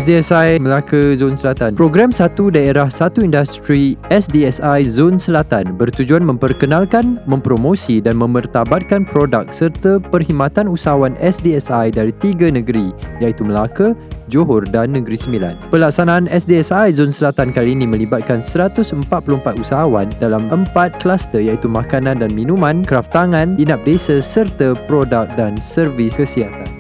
SDSI Melaka Zon Selatan. Program Satu Daerah Satu Industri SDSI Zon Selatan bertujuan memperkenalkan, mempromosi dan memertabatkan produk serta perkhidmatan usahawan SDSI dari 3 negeri iaitu Melaka, Johor dan Negeri Sembilan. Pelaksanaan SDSI Zon Selatan kali ini melibatkan 144 usahawan dalam 4 kluster iaitu makanan dan minuman, kraft tangan, inap desa serta produk dan servis kesihatan.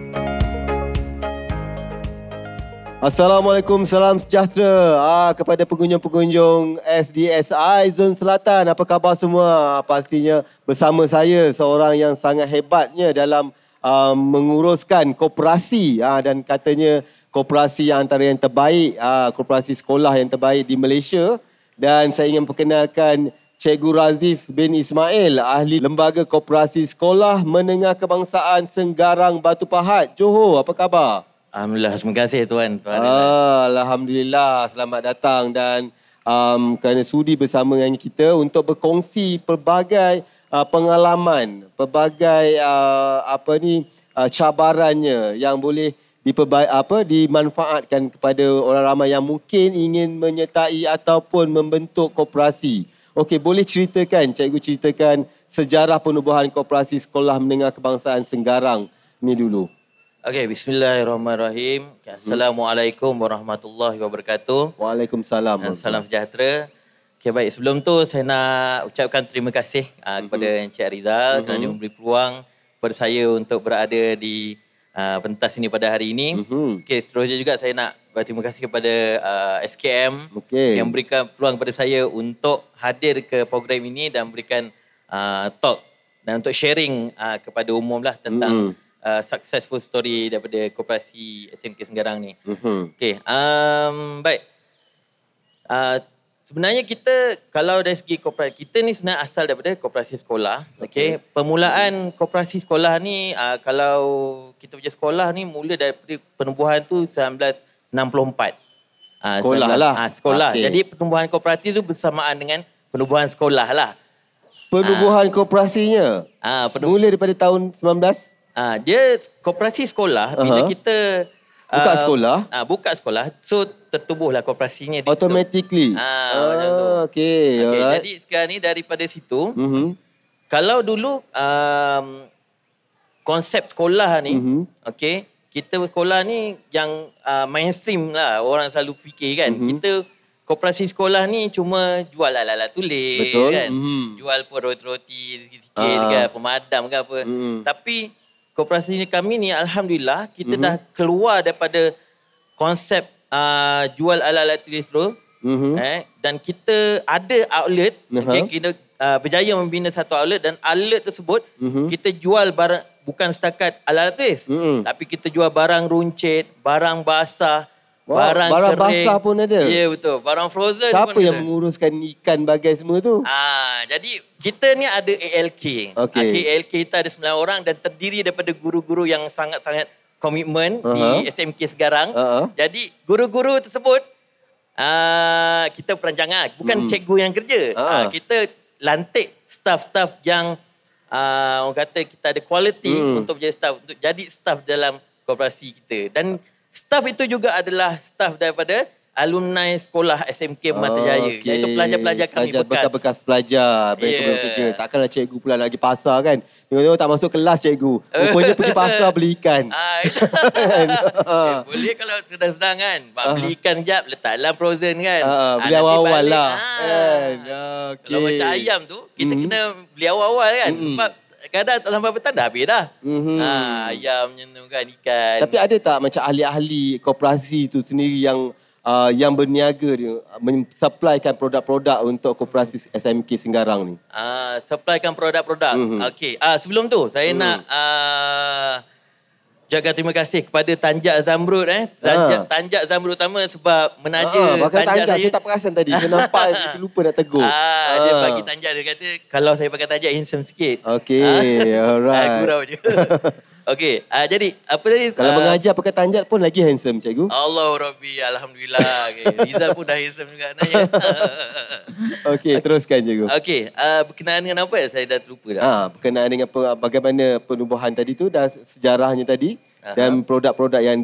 Assalamualaikum, salam sejahtera kepada pengunjung-pengunjung SDSI Zon Selatan. Apa khabar semua? Pastinya bersama saya seorang yang sangat hebatnya dalam menguruskan koperasi dan katanya koperasi yang antara yang terbaik, koperasi sekolah yang terbaik di Malaysia. Dan saya ingin perkenalkan Cikgu Razif bin Ismail, ahli Lembaga Koperasi Sekolah Menengah Kebangsaan Senggarang Batu Pahat, Johor. Apa khabar? Alhamdulillah, terima kasih Tuan. Alhamdulillah, selamat datang dan kerana sudi bersama dengan kita untuk berkongsi pelbagai pengalaman, pelbagai cabarannya yang boleh dimanfaatkan kepada orang ramai yang mungkin ingin menyertai ataupun membentuk koperasi. Okey, boleh ceritakan, Cikgu ceritakan sejarah penubuhan Koperasi Sekolah Menengah Kebangsaan Senggarang ni dulu. Okey, bismillahirrahmanirrahim. Assalamualaikum warahmatullahi wabarakatuh. Waalaikumsalam. Salam sejahtera. Okey, baik. Sebelum tu saya nak ucapkan terima kasih kepada Encik Rizal kerana dia memberi peluang kepada saya untuk berada di pentas ini pada hari ini. Okey, seterusnya juga saya nak berterima kasih kepada SKM yang memberikan peluang kepada saya untuk hadir ke program ini dan memberikan talk dan untuk sharing kepada umum lah tentang successful story daripada koperasi SMK Senggarang ni. Okey, baik. Sebenarnya kita kalau dari segi koperasi, kita ni sebenarnya asal daripada koperasi sekolah. Okey, permulaan koperasi sekolah ni kalau kita punya sekolah ni mula daripada penubuhan tu 1964. Sekolah lah. Sekolah. Jadi pertumbuhan kooperatif tu bersamaan dengan penubuhan sekolah lah. Penubuhan koperasinya mula daripada tahun 19? Dia koperasi sekolah bila kita buka sekolah. Buka sekolah, so tertubuhlah koperasinya di automatically. Macam tu. Okey, alright. Jadi sekarang ni daripada situ, kalau dulu konsep sekolah ni, okey, kita sekolah ni yang mainstream lah orang selalu fikir kan. Kita koperasi sekolah ni cuma jual alat-alat tulis. Betul. Kan. Jual pun roti-roti sikit kan, pemadam ke apa. Tapi koperasi kami ni alhamdulillah kita dah keluar daripada konsep jual alat-alat tulis tu. Dan kita ada outlet. Kita berjaya membina satu outlet dan outlet tersebut kita jual barang bukan setakat alat-alat tulis, tapi kita jual barang runcit, barang basah, barang kering. Basah pun ada. Ya, betul. Barang frozen. Siapa pun yang ada. menguruskan ikan bagai semua tu? Jadi kita ni ada ALK. ALK kita ada 9 orang dan terdiri daripada guru-guru yang sangat-sangat komitmen di SMK Senggarang. Jadi guru-guru tersebut kita perancangan, bukan cikgu yang kerja. Kita lantik staff-staff yang orang kata kita ada quality untuk jadi staff, untuk jadi staff dalam koperasi kita. Dan staff itu juga adalah staff daripada alumni sekolah SMK Permata Jaya. Iaitu pelajar-pelajar kami bekas pelajar bekerja. Takkanlah cikgu pula nak pergi pasar kan. Tengok-tengok tak masuk kelas cikgu. Rupanya pergi pasar beli ikan. Boleh kalau sedang-sedang kan. Beli ikan sekejap, letak dalam frozen kan. Beli awal-awal lah. Kalau macam ayam tu, kita kena beli awal-awal kan. Sebab kadang tak sampai petang dah habis dah. Ayam macam tu kan, ikan. Tapi ada tak macam ahli-ahli koperasi tu sendiri yang berniaga dia mensupplykan produk-produk untuk koperasi SMK Senggarang ni? Supplykan produk-produk. Okey. Sebelum tu saya nak ucapkan terima kasih kepada Tanjak Zamrud Tanjak Zamrud utama sebab menaja Tanjak saya tak perasan tadi. Saya nampak lupa nak tegur. Dia bagi Tanjak, dia kata kalau saya pakai Tanjak handsome sikit. Okey, alright. Gurau je. Okey, jadi apa tadi? Kalau mengajar pakai tanjat pun lagi handsome cikgu. Allah Rabbi, Alhamdulillah. Okay. Rizal pun dah handsome juga nanya. Okey, teruskan cikgu. Okey, berkenaan dengan apa saya dah terlupa dah. Berkenaan dengan bagaimana penubuhan tadi tu dah sejarahnya tadi dan produk-produk yang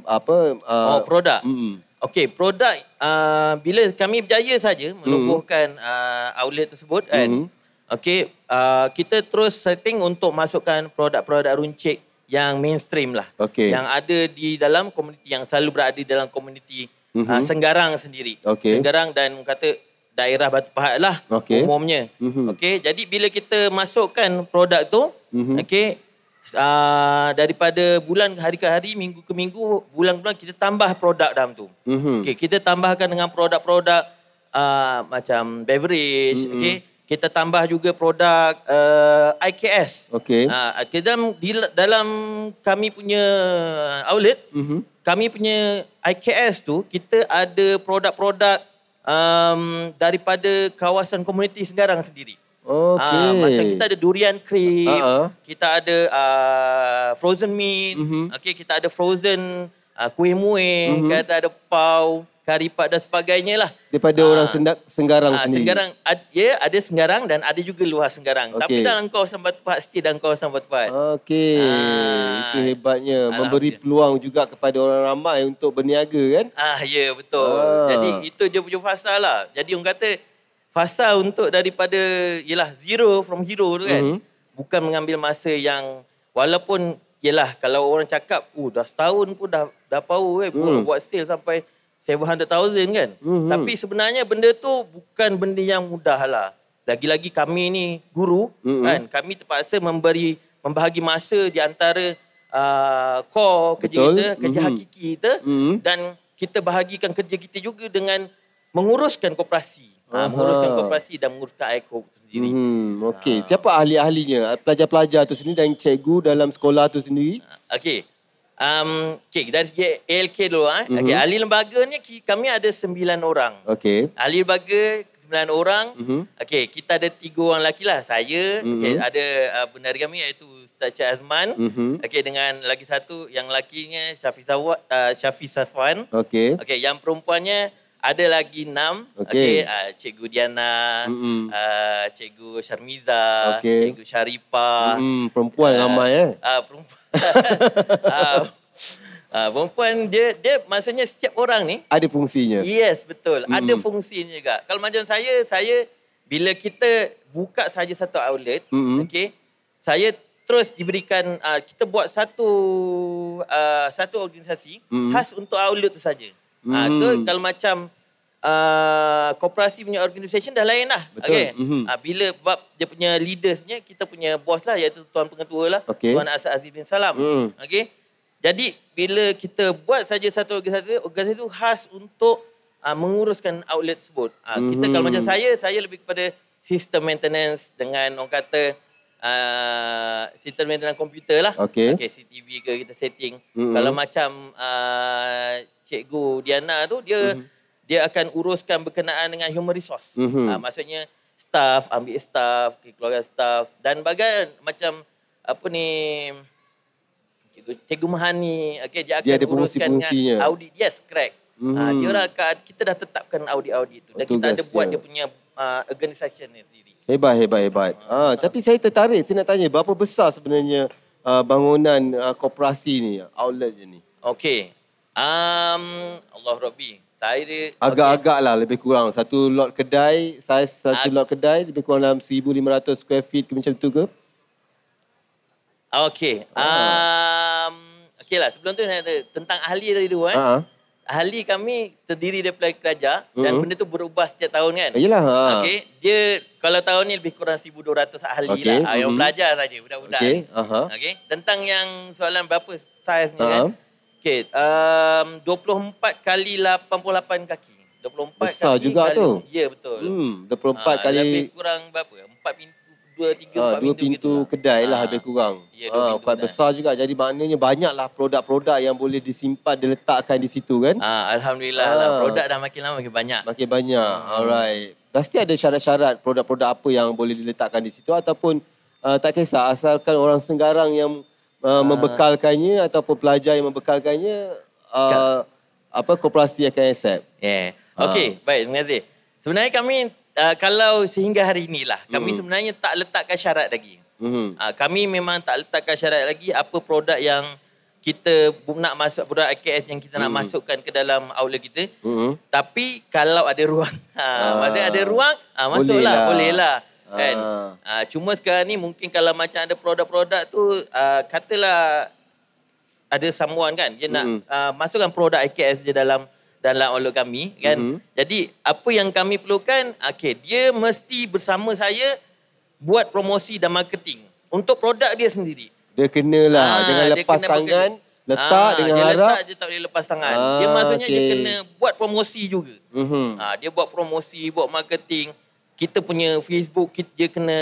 produk. Okey, produk bila kami berjaya saja menubuhkan outlet tersebut kan. Okey, kita terus setting untuk masukkan produk-produk runcit yang mainstream lah. Yang ada di dalam komuniti, yang selalu berada di dalam komuniti Senggarang sendiri. Senggarang dan kata daerah Batu Pahat lah umumnya. Okey, jadi bila kita masukkan produk tu, okey, daripada bulan hari ke hari, minggu ke minggu, bulan ke bulan kita tambah produk dalam tu. Okey, kita tambahkan dengan produk-produk macam beverage, okey. Kita tambah juga produk IKS. Dalam kami punya outlet, kami punya IKS tu, kita ada produk-produk daripada kawasan komuniti Senggarang sendiri. Macam kita ada durian crepe, kita ada frozen meat, kita ada frozen kuih muih, kita ada pau, karipat dan sebagainya lah. Daripada orang Senggarang sendiri. Senggarang, ada Senggarang dan ada juga luar Senggarang. Tapi dalam kawasan Batu Pahat, still dalam kawasan Batu Pahat. Itu hebatnya. Memberi peluang juga kepada orang ramai untuk berniaga kan? Ya, betul. Jadi itu je punya fasa lah. Jadi orang kata fasa untuk daripada from zero tu kan. Bukan mengambil masa yang walaupun kalau orang cakap dah setahun pun dah power buat sale sampai 700,000 kan. Tapi sebenarnya benda tu bukan benda yang mudah lah. Lagi-lagi kami ni guru kan. Kami terpaksa membahagi masa di antara core kerja kita, kerja hakiki kita dan kita bahagikan kerja kita juga dengan menguruskan koperasi. Menguruskan koperasi dan menguruskan ICO sendiri. Okey, siapa ahli-ahlinya? Pelajar-pelajar tu sendiri dan cikgu dalam sekolah tu sendiri? Okey. Dari segi ALK dulu. Ahli lembaga ni kami ada 9 orang. Ahli lembaga 9 orang. Kita ada 3 orang lelaki lah. Saya, ada bendahara kami iaitu Ustaz Syed Azman. Dengan lagi satu yang lakinya Syafiq Safwan. Yang perempuannya ada lagi 6. Cikgu Diana, Cikgu Syarmiza, Cikgu Syarifah. Perempuan ramai Perempuan. Perempuan dia maksudnya setiap orang ni ada fungsinya. Yes, betul. Ada fungsinya juga. Kalau macam saya bila kita buka saja satu outlet, saya terus diberikan kita buat satu organisasi khas untuk outlet tu saja. Tu kalau macam koperasi punya organisation dah lain lah. Bila bab dia punya leadersnya, kita punya bos lah iaitu Tuan Pengetua lah, Tuan Asad Aziz bin Salam. Jadi bila kita buat saja satu organisasi itu khas untuk menguruskan outlet tersebut. Kita kalau macam saya lebih kepada sistem maintenance dengan orang kata sistem maintenance komputer lah. CCTV ke kita setting. Kalau macam Cikgu Diana tu dia akan uruskan berkenaan dengan human resource. Maksudnya staff, ambil staff, keluarga staff dan bagai macam apa ni Cikgu Mahani, dia akan uruskan dengan audit. Yes, correct. Dia orang akan, kita dah tetapkan audit tu dan kita ada buat dia punya organisation ni sendiri. Hebat. Tapi saya tertarik, saya nak tanya berapa besar sebenarnya bangunan koperasi ni, outlet je ni? Allah Rabbi. Agak-agak lah lebih kurang. Satu lot kedai, saiz satu lot kedai lebih kurang dalam 1,500 square feet ke macam tu ke? Lah sebelum tu tentang ahli tadi tu ahli kami terdiri daripada kerajaan dan benda tu berubah setiap tahun kan. Yelah. Dia kalau tahun ni lebih kurang 1,200 ahli lah yang belajar saja budak-budak. Tentang yang soalan berapa saiznya kan. 24 kali 88 kaki. 24 besar kaki juga kali, tu. Ya, betul. 24 kali lebih kurang berapa? 4 pintu, 4 pintu kedai lah lebih kurang. Kuat besar juga. Jadi maknanya banyaklah produk-produk yang boleh disimpan, diletakkan di situ kan? Alhamdulillah lah. Produk dah makin lama makin banyak. Makin banyak. Alright. Pasti ada syarat-syarat produk-produk apa yang boleh diletakkan di situ ataupun tak kisah asalkan orang Senggarang yang membekalkannya ataupun pelajar yang membekalkannya koperasi akan accept. Okey, baik, terima kasih. Sebenarnya kami kalau sehingga hari inilah kami sebenarnya tak letakkan syarat lagi. Kami memang tak letakkan syarat lagi apa produk yang kita nak masuk, produk IKS yang kita nak masukkan ke dalam outlet kita. Tapi kalau ada ruang, maksudnya ada ruang, masuklah, bolehlah. Kan? Cuma sekarang ni mungkin kalau macam ada produk-produk tu, katalah ada someone kan, dia nak masukkan produk IKS je dalam outlet kami kan. Jadi apa yang kami perlukan, dia mesti bersama saya buat promosi dan marketing untuk produk dia sendiri. Dia kenalah dengan lepas tangan, letak dengan dia harap. Dia letak je tak boleh lepas tangan. Dia maksudnya dia kena buat promosi juga. Dia buat promosi, buat marketing. Kita punya Facebook, dia kena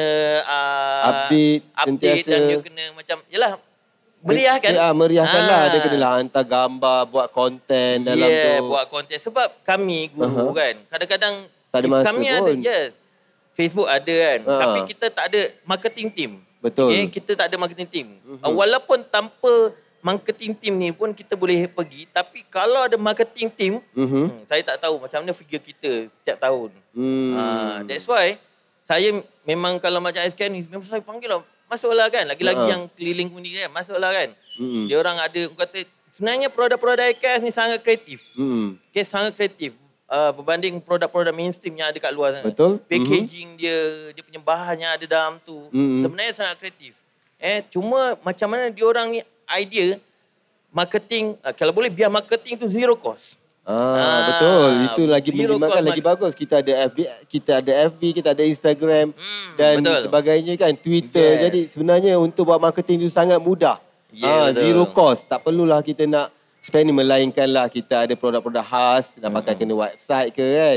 update sentiasa. Dan dia kena macam, yelah, meriahkan. Meriahkanlah. Dia kenalah hantar gambar, buat konten dalam tu. Buat konten. Sebab kami guru kan, kadang-kadang tak ada masa kami pun. ada, Facebook ada kan. Tapi kita tak ada marketing team. Betul. Kita tak ada marketing team. Walaupun tanpa marketing team ni pun kita boleh pergi. Tapi kalau ada marketing team, saya tak tahu macam mana figure kita setiap tahun. That's why saya memang kalau macam SKN ni, memang saya panggil lah, masuklah kan. Lagi-lagi yang keliling pun ni kan, masuklah kan. Dia orang ada, kata sebenarnya produk-produk IKS ni sangat kreatif. Sangat kreatif. Berbanding produk-produk mainstream yang ada kat luar sana. Betul. Packaging dia punya bahan yang ada dalam tu, sebenarnya sangat kreatif. Cuma macam mana diorang ni idea marketing, kalau boleh biar marketing tu zero cost. Betul. Itu lagi menjimatkan, lagi bagus. Kita ada FB, kita ada Instagram dan sebagainya kan, Twitter. Jadi sebenarnya untuk buat marketing tu sangat mudah. Zero cost. Tak perlulah kita nak spend ni, melainkanlah kita ada produk-produk khas, nak pakai kena website ke kan.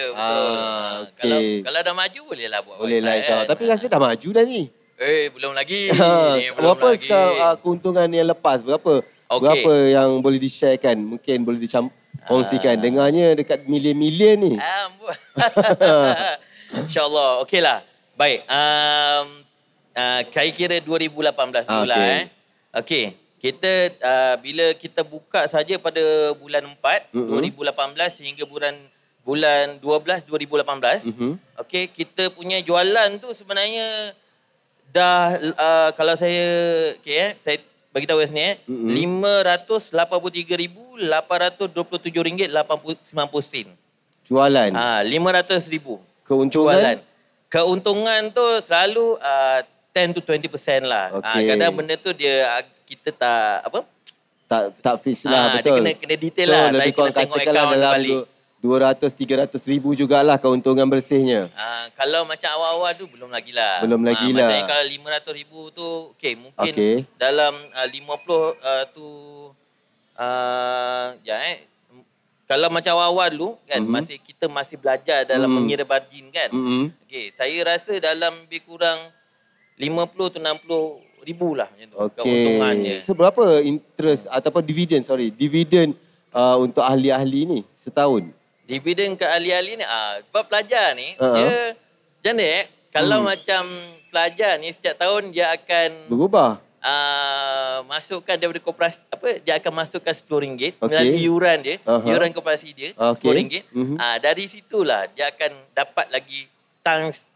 Betul. Kalau dah maju bolehlah buat boleh website. Boleh lah insyaAllah. Tapi rasa dah maju dah ni. Belum lagi. Berapa sekarang keuntungan yang lepas? Berapa yang boleh di-sharekan? Mungkin boleh dikongsikan. Dengarnya dekat million-million ni. InsyaAllah. Okeylah. Baik. Kira 2018 dulu lah. Okey. Kita bila kita buka saja pada bulan 4 2018 sehingga bulan 12 2018. Okey, kita punya jualan tu sebenarnya dah kalau saya saya bagi tahu sini RM583,827.89. Jualan. 500,000. Keuntungan? Keuntungan tu selalu 10 to 20% lah. Kadang benda tu dia kita tak fix lah, betul. Dia kena detail lah. Lebih kurang katakanlah dalam 200-300 ribu jugalah keuntungan bersihnya. Kalau macam awal-awal tu belum lagi lah. Maksudnya kalau 500,000 tu mungkin dalam 50 tu kalau macam awal-awal dulu kan, kita masih belajar dalam mengira margin kan. Saya rasa dalam lebih kurang 50 to 60 ribu lah macam tu keuntungannya. So berapa interest ataupun dividen untuk ahli-ahli ni setahun? Dividen ke ahli-ahli ni sebab pelajar ni dia macam ni kalau macam pelajar ni setiap tahun dia akan berubah. Masukkan daripada koperasi dia akan masukkan RM10 melalui iuran dia, iuran koperasi dia RM10. Dari situlah dia akan dapat lagi times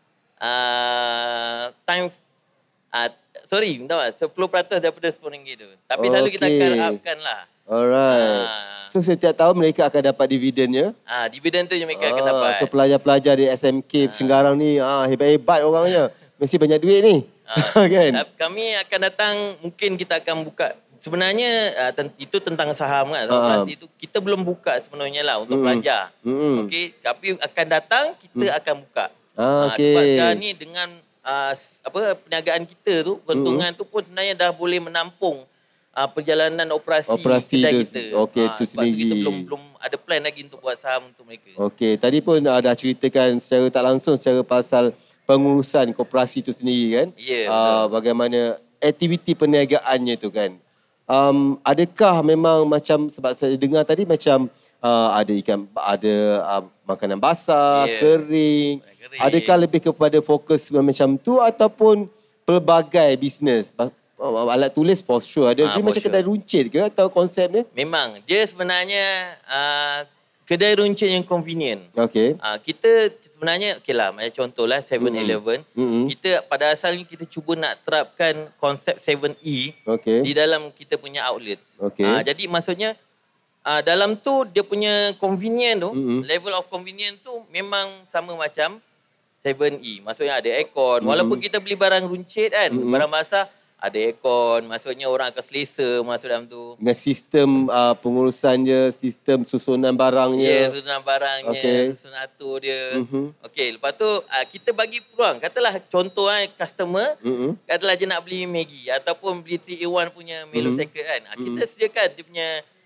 10% daripada RM10 tu. Tapi selalu kita akan upkan lah. Alright. So setiap tahun mereka akan dapat dividennya. Dividen tu je mereka akan dapat. So pelajar-pelajar di SMK Senggarang ni hebat-hebat orangnya. Mesti banyak duit ni. Kan? Kami akan datang, mungkin kita akan buka. Sebenarnya itu tentang saham kan. Itu kita belum buka sebenarnya lah untuk pelajar. Okey, tapi akan datang kita akan buka. Sebab sekarang ni dengan perniagaan kita tu, keuntungan tu pun sebenarnya dah boleh menampung perjalanan operasi kedai kita. Itu sendiri. Kita belum ada plan lagi untuk buat saham untuk mereka. Tadi pun dah ceritakan secara tak langsung secara pasal pengurusan koperasi itu sendiri kan. Bagaimana aktiviti perniagaannya tu kan. Adakah memang macam, sebab saya dengar tadi macam ada ikan, ada makanan basah, kering. Adakah lebih kepada fokus macam tu ataupun pelbagai bisnes? alat tulis for sure. Dia macam kedai runcit ke atau konsep dia? Memang. Dia sebenarnya kedai runcit yang convenient. Okey. Kita sebenarnya okeylah, macam contohlah 7-Eleven. Kita pada asalnya kita cuba nak terapkan konsep 7E di dalam kita punya outlets. Jadi maksudnya dalam tu dia punya convenient tu, level of convenience tu memang sama macam 7E. Maksudnya ada aircon. Walaupun kita beli barang runcit kan, barang basah, ada aircon. Maksudnya orang akan selesa masuk dalam tu. Dengan sistem pengurusan dia, sistem susunan barangnya. Ya, susunan barangnya, susunan atur dia. Okey, lepas tu kita bagi peluang. Katalah contoh customer, katalah dia nak beli Maggi ataupun beli 3-in-1 punya Milo Secret kan. Kita sediakan dia punya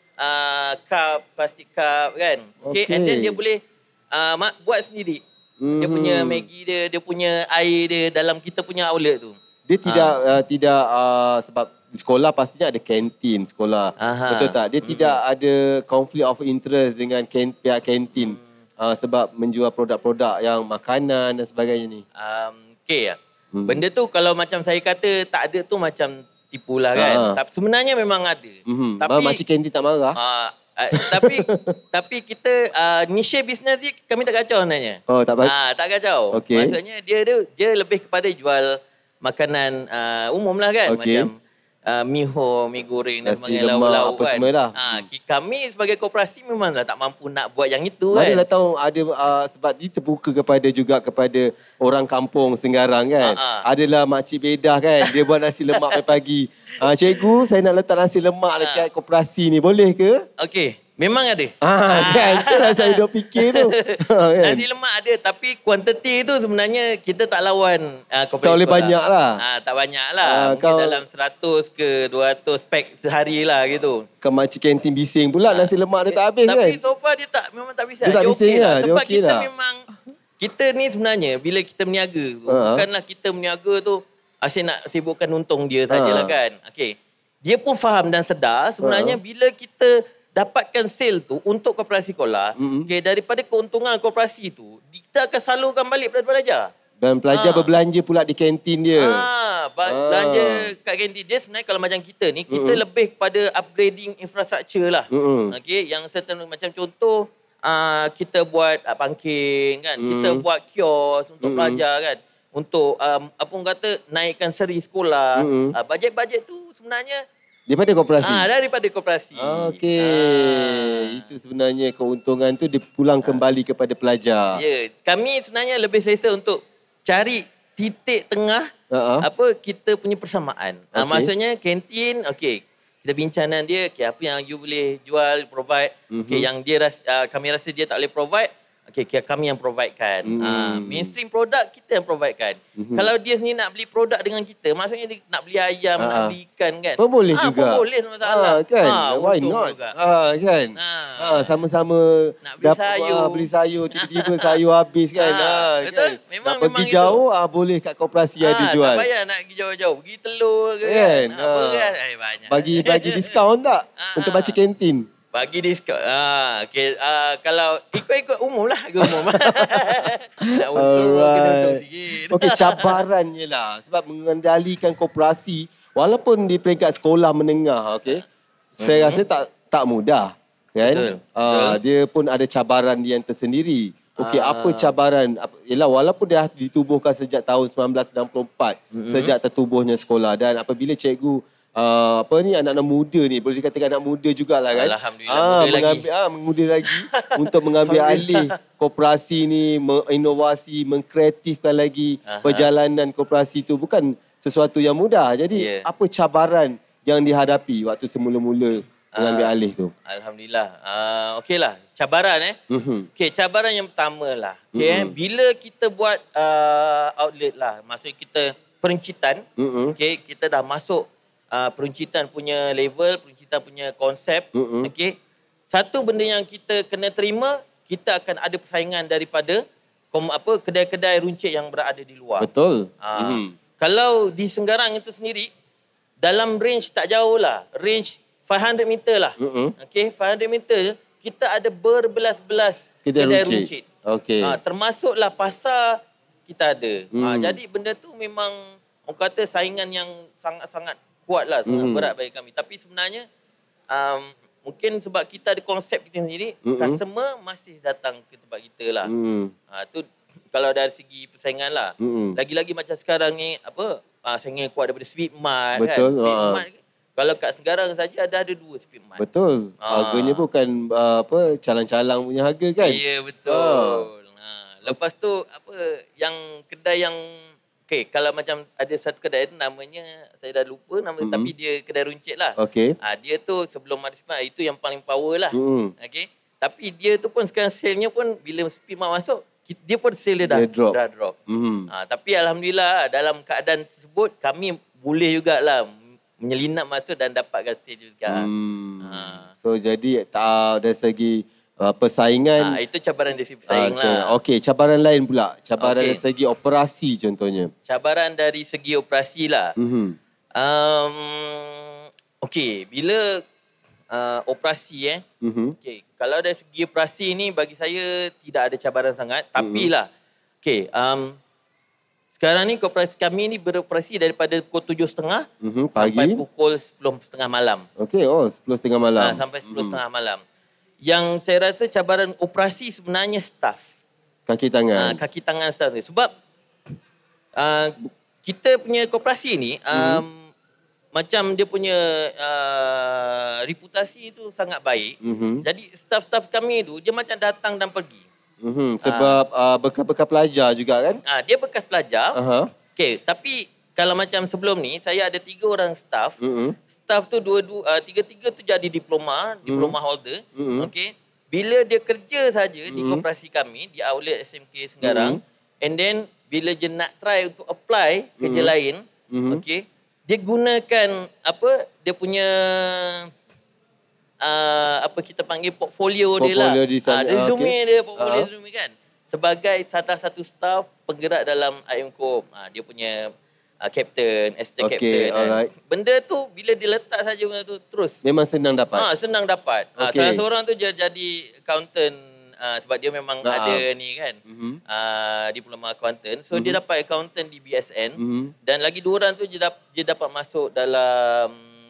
cup, plastic cup kan. Okey, and then dia boleh buat sendiri. Dia punya Maggi dia, dia punya air dia dalam kita punya outlet tu. Dia tidak sebab di sekolah pastinya ada kantin sekolah. Betul tak? Dia tidak ada conflict of interest dengan pihak kantin sebab menjual produk-produk yang makanan dan sebagainya ni. Okey. Benda tu kalau macam saya kata tak ada tu macam tipulah kan. Tapi sebenarnya memang ada. Tapi makcik kantin tak marah. Tapi kita niche business ni kami tak kacau sebenarnya. Tak kacau. Maksudnya dia lebih kepada jual makanan umum lah kan. Macam mi goreng dan sebagainya, lauk-lauk kan. Kami sebagai koperasi memanglah tak mampu nak buat yang itu kan. Manalah tahu ada sebab dia terbuka kepada orang kampung Senggarang kan. Adalah makcik bedah kan. Dia buat nasi lemak pagi-pagi. Cikgu, saya nak letak nasi lemak dekat koperasi ni. Boleh ke? Okey. Memang ada. Kan, itulah saya dah fikir tu. Nasi lemak ada, tapi kuantiti tu sebenarnya kita tak lawan koperasi. Tak boleh banyak lah. Tak banyak lah. Mungkin dalam 100 ke 200 pack sehari lah gitu. Ke makcik kantin bising pula nasi lemak dia tak habis kan? Tapi so far dia memang tak bising. Dia tak bising lah. Sebab kita memang, kita ni sebenarnya bila kita berniaga tu, bukanlah kita berniaga tu asyik nak sibukkan untung dia sajalah kan. Okey. Dia pun faham dan sedar sebenarnya bila kita dapatkan sale tu untuk koperasi sekolah, okay, daripada keuntungan koperasi tu, kita akan salurkan balik pada pelajar. Dan pelajar berbelanja pula di kantin dia. Belanja kat kantin dia sebenarnya kalau macam kita ni, kita lebih kepada upgrading infrastruktur lah. Okay, yang certain macam contoh, kita buat banking kan, kita buat kios untuk pelajar kan. Untuk apa orang kata naikkan seri sekolah. Bajet-bajet tu sebenarnya daripada koperasi. Daripada koperasi. Okey. Itu sebenarnya keuntungan tu dipulang kembali kepada pelajar. Ya, kami sebenarnya lebih selesa untuk cari titik tengah kita punya persamaan. Maksudnya kantin, okey. Kita bincang dengan dia, okey, apa yang you boleh jual, provide. Okey, yang dia kami rasa dia tak boleh provide, okey, kami yang providekan. Mainstream produk kita yang providekan. Kalau dia sendiri nak beli produk dengan kita, maksudnya dia nak beli ayam, nak beli ikan kan. Boleh juga. Boleh, masalah. Kan? Why not? Kan? Sama-sama nak beli sayur. Beli sayur, tiba-tiba sayur habis kan. Betul? Kan? Memang nak pergi jauh, boleh kat koperasi ada jual. Tak payah nak pergi jauh-jauh. Pergi telur ke kan. Banyak. Bagi diskaun tak untuk baca kantin? Bagi diskaun. Okay. Kalau ikut-ikut umum lah. Nak untung, kena untung sikit. Okey, cabarannya lah. Sebab mengendalikan koperasi, walaupun di peringkat sekolah menengah, okey, saya rasa tak mudah. Kan? Betul. Dia pun ada cabaran dia yang tersendiri. Okey, apa cabaran? Yalah, walaupun dia ditubuhkan sejak tahun 1964, sejak tertubuhnya sekolah. Dan apabila cikgu anak-anak muda ni, boleh dikatakan anak muda jugalah kan. Alhamdulillah, muda lagi untuk mengambil alih koperasi ni, menginovasi, mengkreatifkan lagi perjalanan koperasi tu bukan sesuatu yang mudah. Jadi apa cabaran yang dihadapi waktu semula-mula mengambil alih tu? Alhamdulillah. Okeylah, cabaran Okey, cabaran yang pertama lah. Bila kita buat outlet lah, maksudnya kita peruncitan, okey, kita dah masuk peruncitan punya level, peruncitan punya konsep. Okey. Satu benda yang kita kena terima, kita akan ada persaingan daripada kedai-kedai runcit yang berada di luar. Betul. Kalau di Senggarang itu sendiri, dalam range tak jauh lah. Range 500 meter lah. Okey, 500 meter kita ada berbelas-belas kedai runcit. Okey. Termasuklah pasar kita ada. Jadi benda tu memang orang kata saingan yang sangat-sangat kuat lah, sangat berat bagi kami. Tapi sebenarnya mungkin sebab kita ada konsep kita sendiri, customer masih datang ke tempat kita lah. Tu kalau dari segi persaingan lah. Lagi-lagi macam sekarang ni saingan kuat daripada Speedmart. Betul. Kan. Speedmart, kalau kat Segarang saja ada 2 Speedmart. Betul. Harganya bukan calang-calang punya harga kan? Ya, betul. Lepas tu yang kedai yang kalau macam ada satu kedai tu namanya saya dah lupa nama, tapi dia kedai runcit lah. Dia tu sebelum ada Speedmart itu yang paling power lah. Tapi dia tu pun sekarang sale-nya pun bila Speedmart masuk, dia pun sale dia dah drop. Tapi alhamdulillah dalam keadaan tersebut kami boleh jugalah menyelinap masuk dan dapatkan sale juga. So jadi dari segi persaingan, itu cabaran dari segi persaingan lah. Okey, cabaran lain pula. Cabaran dari segi operasi contohnya. Cabaran dari segi operasi lah. Bila operasi kalau dari segi operasi ni bagi saya tidak ada cabaran sangat. Tapi lah, sekarang ni koperasi kami ni beroperasi daripada pukul 7.30 sampai pukul 10.30 malam. 10.30 malam. Sampai 10.30 malam. Yang saya rasa cabaran operasi sebenarnya staff. Kaki tangan. Kaki tangan staff ni. Sebab kita punya koperasi ni macam dia punya reputasi tu sangat baik. Jadi staff-staff kami tu dia macam datang dan pergi. Sebab bekas-bekas pelajar juga kan? Dia bekas pelajar. Tapi kalau macam sebelum ni saya ada 3 orang staff. Staff tu tiga-tiga tu jadi diploma holder. Bila dia kerja saja di koperasi kami di outlet SMK Segarang, and then bila dia nak try untuk apply kerja lain, dia gunakan dia punya kita panggil portfolio dia lah. Resume dia, portfolio resume kan. Sebagai salah satu staff penggerak dalam IMCO. Dia punya captain, assistant captain. Benda tu bila diletak saja benda tu terus. Memang senang dapat. Senang dapat. Salah seorang tu jadi accountant sebab dia memang ada ni kan. Diploma accountant. So dia dapat accountant di BSN dan lagi 2 orang tu dia dapat masuk dalam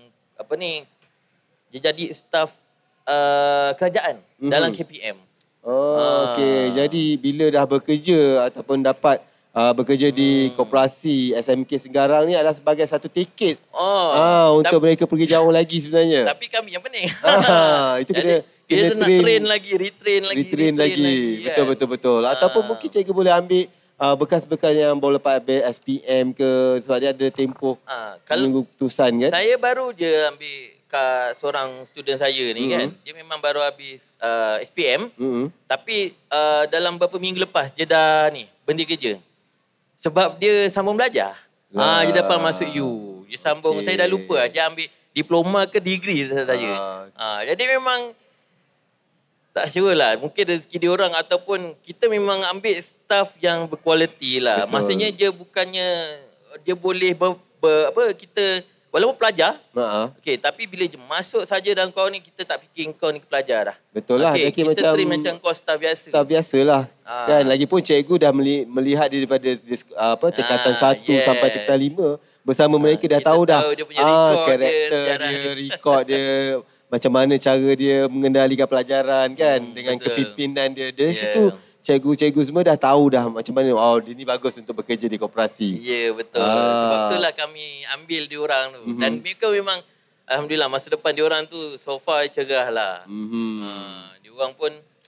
dia jadi staff kerajaan dalam KPM. Jadi bila dah bekerja ataupun dapat bekerja di koperasi SMK Segarang ni adalah sebagai satu tiket untuk mereka pergi jauh lagi sebenarnya. Tapi kami yang pening. Itu kena retrain lagi. Betul. Ataupun mungkin cikgu boleh ambil bekas-bekas yang boleh lepas SPM ke, sebab dia ada tempoh seminggu keputusan kan. Saya baru je ambil seorang student saya ni kan. Dia memang baru habis SPM. Tapi dalam beberapa minggu lepas dia dah berhenti kerja. Sebab dia sambung belajar. Dia dapat masuk U. Dia sambung, saya dah lupa. Dia ambil diploma ke degree saja. Jadi memang tak sure lah. Mungkin rezeki dia orang ataupun kita memang ambil staff yang berkualiti lah. Betul. Maksudnya dia bukannya dia boleh kita walaupun pelajar. Tapi bila dia masuk saja dalam kau ni kita tak fikir kau ni pelajar dah. Betul lah. Kita treat macam kau staff biasa. Staff biasalah. Kan lagipun cikgu dah melihat dia daripada tingkatan 1 sampai tingkatan 5 bersama mereka dah tahu dah karakter dia, rekod dia, macam mana cara dia mengendalikan pelajaran kan dengan kepimpinan dia. Dari situ cikgu-cikgu semua dah tahu dah macam mana dia ni bagus untuk bekerja di koperasi. Ya, betul. Sebab itulah kami ambil diorang tu. Dan mereka memang alhamdulillah masa depan diorang tu so far cerah lah. Diorang pun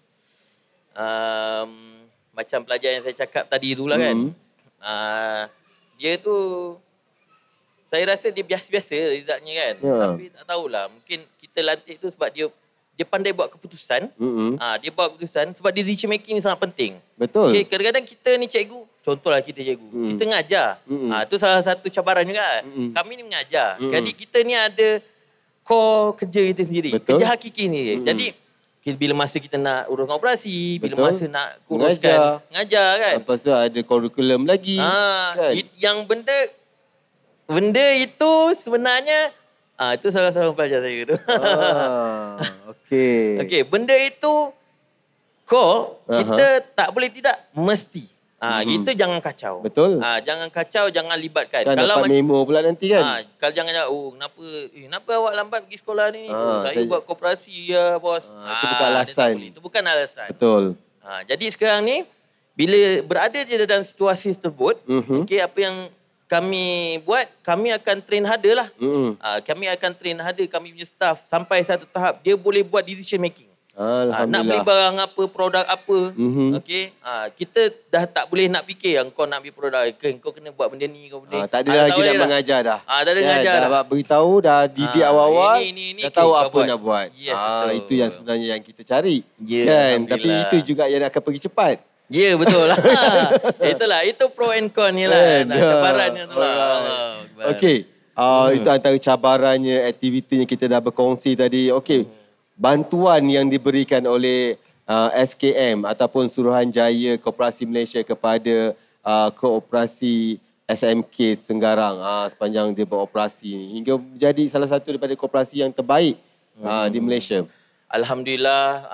macam pelajar yang saya cakap tadi tu lah kan. Dia tu saya rasa dia biasa-biasa result-nya kan. Tapi tak tahulah. Mungkin kita lantik tu sebab dia pandai buat keputusan. Dia buat keputusan sebab decision making ni sangat penting. Betul. Kadang-kadang kita ni cikgu, contohlah kita cikgu. Kita mengajar. Tu salah satu cabaran juga. Kami ni mengajar. Jadi kita ni ada core kerja kita sendiri. Betul. Kerja hakiki ni. Jadi bila masa kita nak uruskan operasi, bila masa nak kuruskan mengajar kan. Lepas tu ada kurikulum lagi. Kan? Yang benda itu sebenarnya itu salah satu pelajar saya tu. Okey. Benda itu kita tak boleh tidak mesti. Itu jangan kacau. Betul. Jangan kacau, jangan libatkan. Kan kalau dapat memo pula nanti kan. Kalau jangan kenapa awak lambat pergi sekolah ni? Saya buat koperasi ya bos. Itu bukan alasan. Itu bukan alasan. Betul. Jadi sekarang ni bila berada di dalam situasi tersebut, okey, apa yang kami buat, kami akan train harder lah. Kami akan train harder kami punya staff sampai satu tahap dia boleh buat decision making. Nak beli barang apa, produk apa. Okey, kita dah tak boleh nak fikir yang kau nak beli produk kau kena buat benda ni, kau benda. Tak ada lagi nak mengajar dah. Tak ada mengajar dah. Dah beritahu, dah didik awal-awal, dah tahu apa nak buat. Yes, itu yang sebenarnya yang kita cari. Yeah, kan? Tapi itu juga yang akan pergi cepat. Ya, betul lah. Itulah, itu pro and con ni lah. Cabarannya tu lah. Okey. Itu antara cabarannya, aktivitinya kita dah berkongsi tadi. Okey. Bantuan yang diberikan oleh SKM ataupun Suruhanjaya Koperasi Malaysia kepada Koperasi SMK Senggarang sepanjang dia beroperasi ni hingga menjadi salah satu daripada koperasi yang terbaik di Malaysia. Alhamdulillah,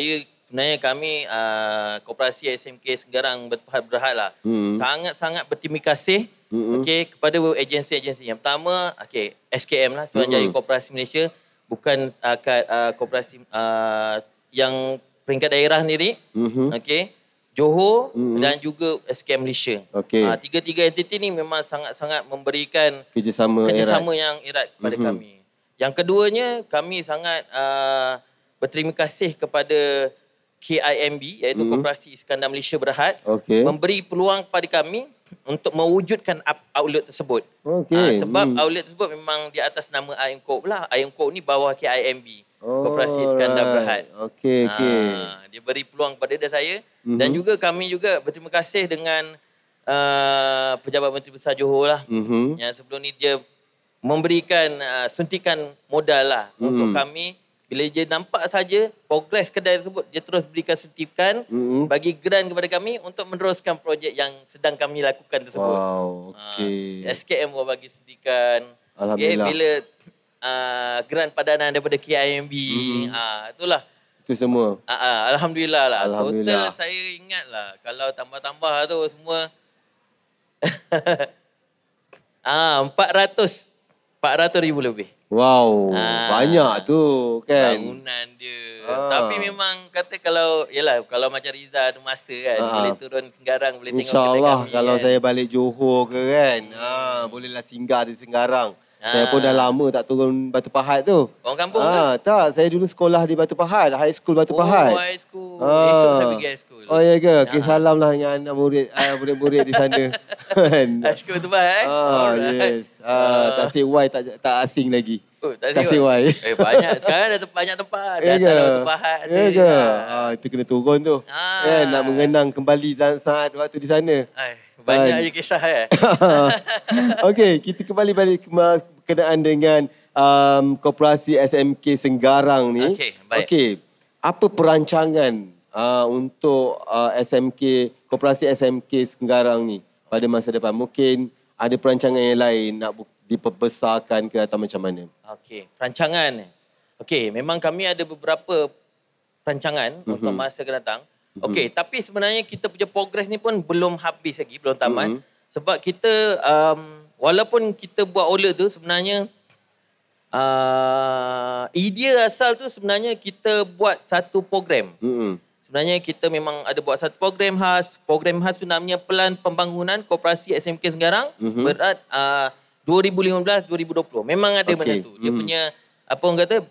kami Koperasi SMK Senggarang Berhad lah. Sangat-sangat berterima kasih kepada agensi-agensi. Yang pertama, SKM lah, Suruhanjaya Koperasi Malaysia. Bukan koperasi yang peringkat daerah sendiri, Johor dan juga SKM Malaysia. Tiga-tiga entiti ni memang sangat-sangat memberikan kerjasama yang erat kepada kami. Yang keduanya, kami sangat berterima kasih kepada KIMB, iaitu Koperasi Iskandar Malaysia Berhad, memberi peluang kepada kami untuk mewujudkan outlet tersebut. Sebab outlet tersebut memang di atas nama IM Corp lah. IM Corp ni bawah KIMB, Koperasi Iskandar Berhad. Dia beri peluang kepada saya. Dan juga kami juga berterima kasih dengan Pejabat Menteri Besar Johor lah. Yang sebelum ni dia memberikan suntikan modal lah untuk kami. Bila dia nampak saja progres kedai tersebut, dia terus berikan suntikan, bagi grant kepada kami untuk meneruskan projek yang sedang kami lakukan tersebut. SKM pun bagi suntikan. Alhamdulillah. Bila grant padanan daripada KIMB, itulah. Itu semua. Alhamdulillah lah. Alhamdulillah. Total saya ingat lah, kalau tambah-tambah tu semua 400,000 lebih. Wow, banyak tu kan. Bangunan dia. Tapi memang kata kalau macam Riza ada masa kan, boleh turun Senggarang, boleh tengok kedai kami. InsyaAllah kalau saya balik Johor ke kan, bolehlah singgah di Senggarang. Saya pun dah lama tak turun Batu Pahat tu. Orang kampung ke? Tak, saya dulu sekolah di Batu Pahat, high school Batu Pahat. High school. Esok saya pergi high school. Ya ke? Okay, salam lah dengan anak murid-murid di sana. High school Batu Pahat Yes. Tasik Y tak asing lagi. Tasik Y. Banyak. Sekarang ada banyak tempat. Ya ke? Batu Pahat. Ya ke? Itu kena turun tu. Kan, nak mengenang kembali saat waktu di sana. Banyak je kisah Okey, kita kembali balik berkenaan dengan Koperasi SMK Senggarang ni. Okey, apa perancangan untuk Koperasi SMK Senggarang ni pada masa depan? Mungkin ada perancangan yang lain nak diperbesarkan ke atau macam mana? Okey, perancangan. Okey, memang kami ada beberapa perancangan untuk masa akan datang. Okey, tapi sebenarnya kita punya progres ni pun belum habis lagi, belum tamat. Sebab kita, walaupun kita buat outlet tu sebenarnya, idea asal tu sebenarnya kita buat satu program. Sebenarnya kita memang ada buat satu program khas. Program khas tu namanya Pelan Pembangunan Koperasi SMK Senggarang Berhad 2015-2020. Memang ada benda tu. Dia punya, apa orang kata,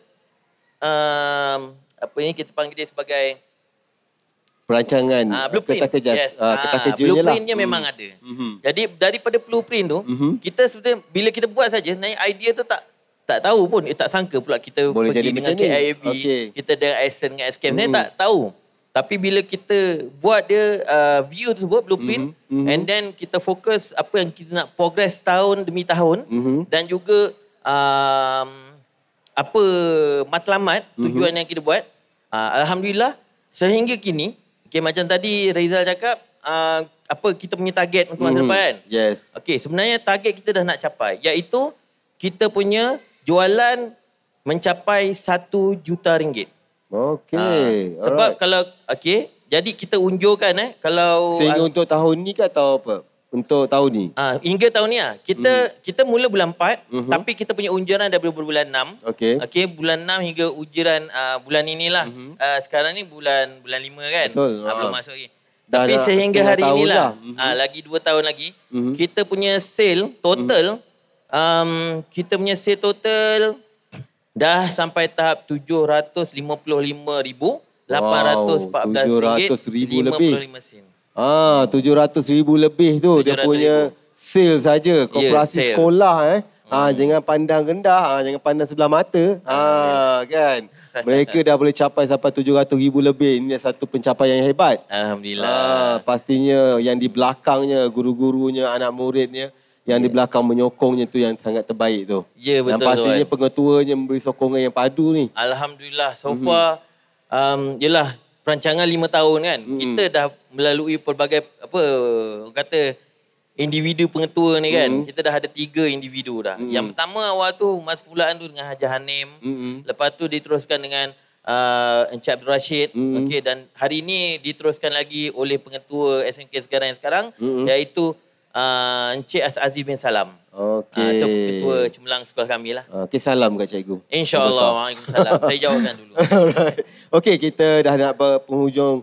apa ni kita panggil dia sebagai perancangan, blueprint. Kertas kerja, kertas kerjanya lah. Blueprintnya memang ada. Jadi daripada blueprint tu, kita sebenarnya bila kita buat saja, sebenarnya idea tu tak tahu pun, tak sangka pula kita boleh pergi jadi dengan macam KIB, kita dengan Accent, dengan SKM, saya tak tahu. Tapi bila kita buat dia view tersebut, blueprint, and then kita fokus apa yang kita nak progress tahun demi tahun, dan juga apa matlamat, tujuan yang kita buat, Alhamdulillah, sehingga kini, macam tadi Rizal cakap, apa kita punya target untuk masa depan. Yes. Sebenarnya target kita dah nak capai, iaitu kita punya jualan mencapai RM1 juta. Sebab kalau Jadi kita unjurkan kalau sehingga untuk tahun ni ke atau apa? Untuk tahun ni? Hingga tahun ni kita mula bulan 4 tapi kita punya unjuran daripada bulan 6. Okey, bulan 6 hingga unjuran bulan inilah. Sekarang ni bulan 5 kan? Betul. Belum masuk lagi. Tapi sehingga hari inilah lagi 2 tahun lagi kita punya sale total kita punya sale total dah sampai tahap 755,814 ringgit 55 sen. 700,000 lebih tu dia punya sale saja. Koperasi sekolah jangan pandang rendah, jangan pandang sebelah mata. Kan. Mereka dah boleh capai sampai 700,000 lebih. Ini satu pencapaian yang hebat. Alhamdulillah. Pastinya yang di belakangnya, guru-gurunya, anak muridnya, yang di belakang menyokongnya tu yang sangat terbaik tu. Ya, betul. Dan pastinya pengetuanya memberi sokongan yang padu ni. Alhamdulillah. So far, yelah, perancangan 5 tahun kan. Kita dah melalui pelbagai, individu pengetua ni kan. Kita dah ada 3 individu dah. Yang pertama awal tu, Mas Pulaan tu dengan Haji Hanim. Lepas tu diteruskan dengan Encik Abdul Rashid. Okay, dan hari ni diteruskan lagi oleh pengetua SMK sekarang iaitu Encik Aziz bin Salam. Okey. Itu ketua cemerlang sekolah kami lah. Okey, salam kat cikgu. InsyaAllah. Waalaikumsalam. Saya jawabkan dulu. Alright. Okey, kita dah nak penghujung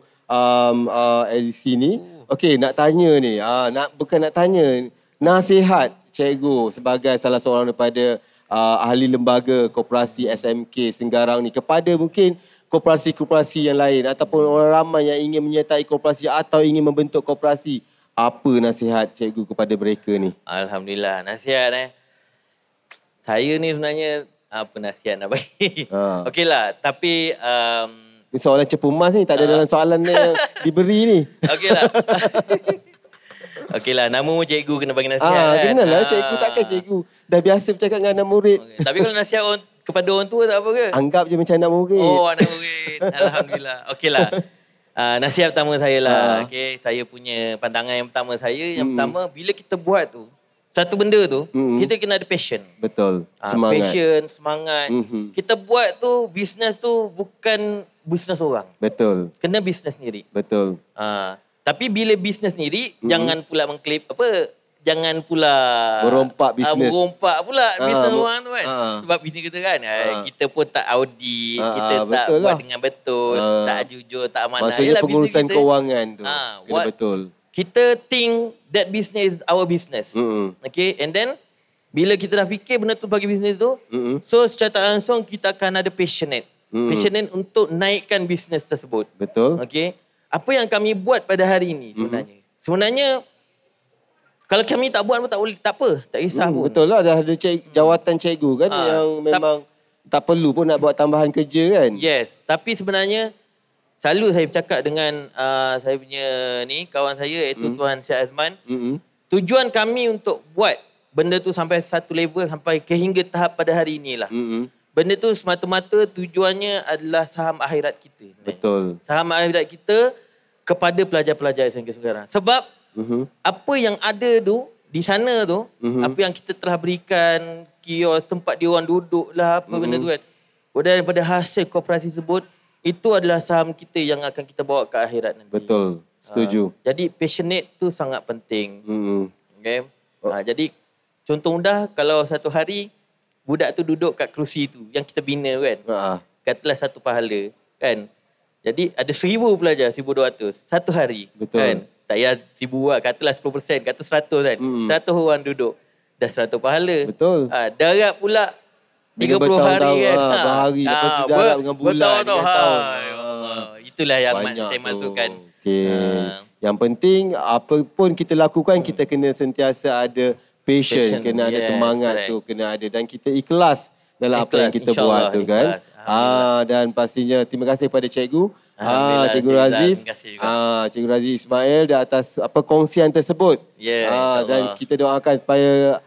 edisi ni. Okey, nak tanya ni. Bukan nak tanya. Nasihat cikgu sebagai salah seorang daripada ahli lembaga koperasi SMK Senggarang ni kepada mungkin koperasi-koperasi yang lain ataupun orang ramai yang ingin menyertai koperasi atau ingin membentuk koperasi. Apa nasihat cikgu kepada mereka ni? Alhamdulillah. Nasihat saya ni sebenarnya apa nasihat nak bagi? Okeylah, tapi ni soalan cepu emas ni tak ada dalam soalan yang diberi ni. Okeylah. Okeylah, nama cikgu kena bagi nasihat kan. Kenalah cikgu, takkan cikgu dah biasa bercakap dengan anak murid. Tapi kalau nasihat kepada orang tua tak apa ke? Anggap je macam anak murid. Oh, anak murid. Alhamdulillah. Okeylah. Nasihat pertama saya lah. Okay, saya punya pandangan yang pertama saya. Yang pertama, bila kita buat tu, satu benda tu, kita kena ada passion. Betul. Semangat. Passion, semangat. Kita buat tu, bisnes tu bukan bisnes orang. Betul. Kena bisnes sendiri. Betul. Tapi bila bisnes sendiri, jangan pula jangan pula merompak bisnes. Merompak pula bisnes orang tu kan. Sebab bisnes kita kan, kita pun tak audit, kita tak buat dengan betul, tak jujur, tak amanah. Maksudnya pengurusan kewangan tu kena betul. Kita think that business is our business. Okay, and then bila kita dah fikir benda tu bagi bisnes tu, so secara tak langsung kita akan ada passionate. Passionate untuk naikkan bisnes tersebut. Betul. Okay, apa yang kami buat pada hari ini sebenarnya kalau kami tak buat pun tak boleh, tak apa, tak kisah pun. Betul lah, dah ada jawatan cikgu kan yang memang tak perlu pun nak buat tambahan kerja kan. Yes, tapi sebenarnya selalu saya bercakap dengan saya punya kawan saya iaitu Tuan Syed Azman. Tujuan kami untuk buat benda tu sampai satu level sampai ke hingga tahap pada hari inilah. Benda tu semata-mata tujuannya adalah saham akhirat kita. Betul. Saham akhirat kita kepada pelajar-pelajar SMK Senggarang. Sebab apa yang ada tu di sana tu, apa yang kita telah berikan, kios, tempat dia orang duduk lah, apa benda tu kan. Daripada hasil koperasi tersebut, itu adalah saham kita yang akan kita bawa ke akhirat nanti. Betul, setuju. Jadi passionate tu sangat penting. Okay? Jadi contoh mudah, kalau satu hari budak tu duduk kat kerusi tu yang kita bina kan. Katalah satu pahala kan. Jadi ada 1,000 pelajar, 1,200 satu hari. Betul. Kan? Tak payah 1,000 lah, katalah 10%, kata 100 kan. 100 orang duduk, dah 100 pahala. Betul. Darab pula 30 hari kan. Berhari, lepas tu darab dengan bulan, dengan tahun. Itulah yang banyak saya masukkan. Yang penting, apa pun kita lakukan, kita kena sentiasa ada passion, kena ada semangat tu, kena ada. Dan kita ikhlas dalam apa yang kita buat tu kan. Dan pastinya terima kasih kepada cikgu. Cikgu Razif. Cikgu Razif Ismail di atas perkongsian tersebut. Dan kita doakan supaya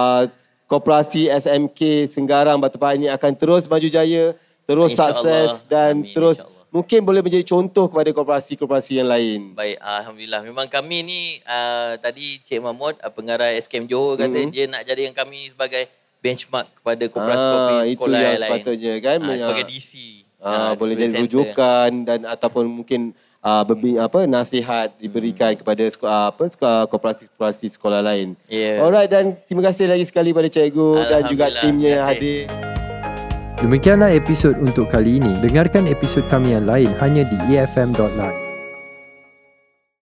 koperasi SMK Senggarang Batu Pahat ini akan terus maju jaya, terus sukses dan terus mungkin boleh menjadi contoh kepada koperasi-koperasi yang lain. Baik, Alhamdulillah. Memang kami ni tadi Cik Mahmud, pengarah SKM Johor kata dia nak jadikan kami sebagai benchmark kepada koperasi-koperasi sekolah yang lain. Sepatutnya kan. Sebagai DC. Boleh jadi rujukan dan ataupun mungkin nasihat diberikan kepada koperasi sekolah lain. Alright, dan terima kasih lagi sekali pada cikgu dan juga timnya yang hadir. Demikianlah episod untuk kali ini. Dengarkan episod kami yang lain hanya di efm.live.